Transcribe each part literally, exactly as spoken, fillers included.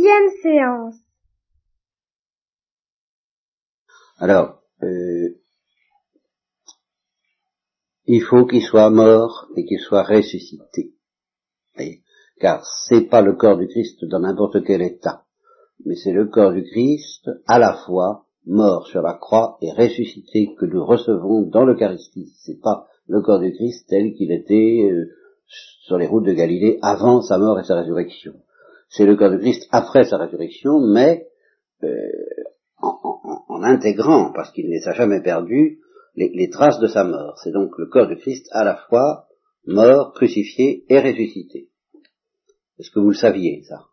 Dixième séance. Alors, euh, il faut qu'il soit mort et qu'il soit ressuscité. Voyez, car c'est pas le corps du Christ dans n'importe quel état, mais c'est le corps du Christ à la fois mort sur la croix et ressuscité que nous recevons dans l'Eucharistie. C'est pas le corps du Christ tel qu'il était euh, sur les routes de Galilée avant sa mort et sa résurrection. C'est le corps du Christ après sa résurrection, mais euh, en, en, en intégrant, parce qu'il ne les a jamais perdus, les, les traces de sa mort. C'est donc le corps du Christ à la fois mort, crucifié et ressuscité. Est-ce que vous le saviez, ça?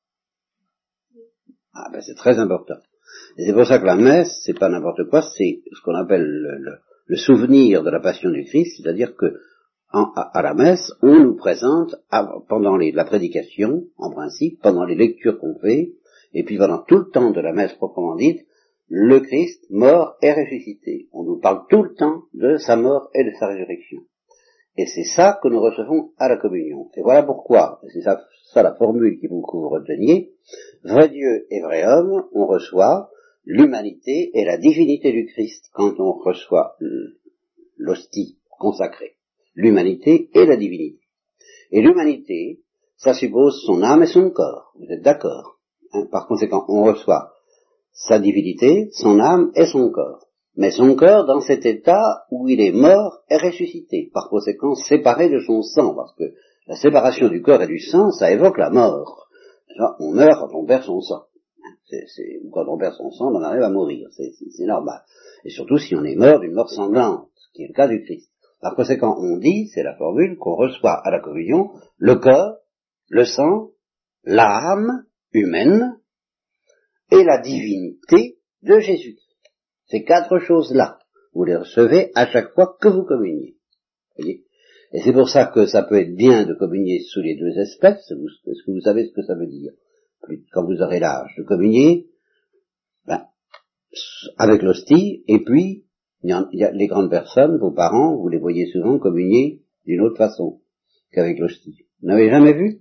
Ah ben c'est très important. Et c'est pour ça que la messe, c'est pas n'importe quoi, c'est ce qu'on appelle le, le, le souvenir de la passion du Christ, c'est-à-dire que en, à, à la messe, on nous présente, à, pendant les, la prédication, en principe, pendant les lectures qu'on fait, et puis pendant tout le temps de la messe proprement dite, le Christ mort et ressuscité. On nous parle tout le temps de sa mort et de sa résurrection. Et c'est ça que nous recevons à la communion. Et voilà pourquoi, et c'est ça, ça la formule qu'il faut que vous reteniez, vrai Dieu et vrai homme, on reçoit l'humanité et la divinité du Christ quand on reçoit l'hostie consacrée. L'humanité et la divinité. Et l'humanité, ça suppose son âme et son corps. Vous êtes d'accord, hein? Par conséquent, on reçoit sa divinité, son âme et son corps. Mais son corps dans cet état où il est mort et ressuscité, par conséquent séparé de son sang, parce que la séparation du corps et du sang, ça évoque la mort. On meurt quand on perd son sang. C'est, c'est, quand on perd son sang, on en arrive à mourir, c'est, c'est, c'est normal. Et surtout si on est mort d'une mort sanglante, qui est le cas du Christ. Par conséquent, on dit, c'est la formule, qu'on reçoit à la communion le corps, le sang, l'âme humaine et la divinité de Jésus. Ces quatre choses-là, vous les recevez à chaque fois que vous communiez. Voyez, et c'est pour ça que ça peut être bien de communier sous les deux espèces. Est-ce que vous savez ce que ça veut dire? Quand vous aurez l'âge de communier, ben, avec l'hostie, et puis, il y a, il y a les grandes personnes, vos parents, vous les voyez souvent communier d'une autre façon qu'avec l'hostie. Vous n'avez jamais vu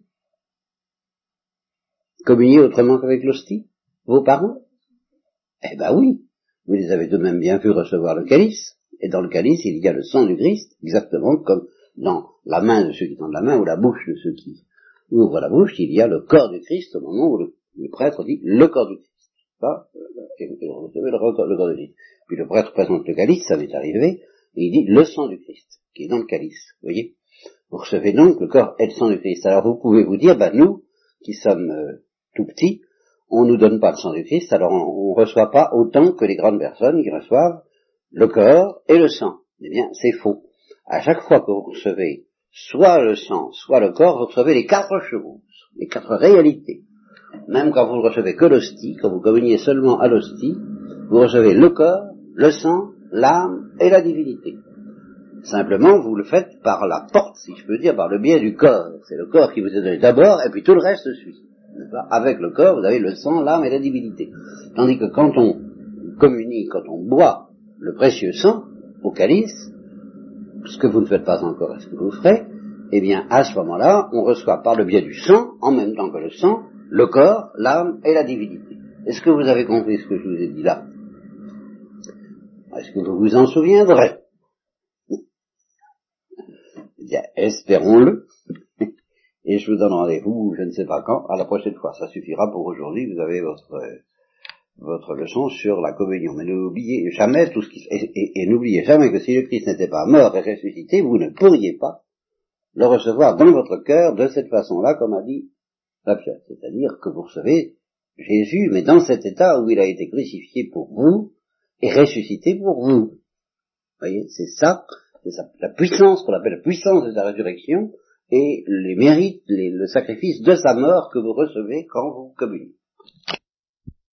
communier autrement qu'avec l'hostie, vos parents? Eh ben oui. Vous les avez de même bien vu recevoir le calice, et dans le calice, il y a le sang du Christ, exactement comme dans la main de ceux qui tendent la main, ou la bouche de ceux qui ouvrent la bouche, il y a le corps du Christ au moment où le, le prêtre dit le corps du Christ. Pas, et vous recevez le, le corps du Christ. Puis le prêtre présente le calice, ça m'est arrivé, et il dit le sang du Christ, qui est dans le calice. Vous voyez? Vous recevez donc le corps et le sang du Christ. Alors vous pouvez vous dire, ben nous, qui sommes euh, tout petits, on nous donne pas le sang du Christ, alors on ne reçoit pas autant que les grandes personnes qui reçoivent le corps et le sang. Eh bien, c'est faux. À chaque fois que vous recevez soit le sang, soit le corps, vous recevez les quatre choses, les quatre réalités. Même quand vous ne recevez que l'hostie, quand vous communiez seulement à l'hostie, vous recevez le corps, le sang, l'âme et la divinité. Simplement, vous le faites par la porte, si je peux dire, par le biais du corps. C'est le corps qui vous est donné d'abord, et puis tout le reste suit. Avec le corps, vous avez le sang, l'âme et la divinité. Tandis que quand on communie, quand on boit le précieux sang au calice, ce que vous ne faites pas encore, est-ce que vous le ferez, eh bien, à ce moment-là, on reçoit par le biais du sang, en même temps que le sang, le corps, l'âme et la divinité. Est-ce que vous avez compris ce que je vous ai dit là? Est-ce que vous vous en souviendrez? Eh bien, espérons-le. Et je vous donne rendez-vous, je ne sais pas quand, à la prochaine fois. Ça suffira pour aujourd'hui, vous avez votre euh, votre leçon sur la communion. Mais n'oubliez jamais tout ce qui et, et, et n'oubliez jamais que si le Christ n'était pas mort et ressuscité, vous ne pourriez pas le recevoir dans votre cœur de cette façon-là, comme a dit la Pierre. C'est-à-dire que vous recevez Jésus, mais dans cet état où il a été crucifié pour vous et ressuscité pour vous. Vous voyez, c'est ça, c'est ça, la puissance qu'on appelle la puissance de sa résurrection, et les mérites, les, le sacrifice de sa mort que vous recevez quand vous communiez.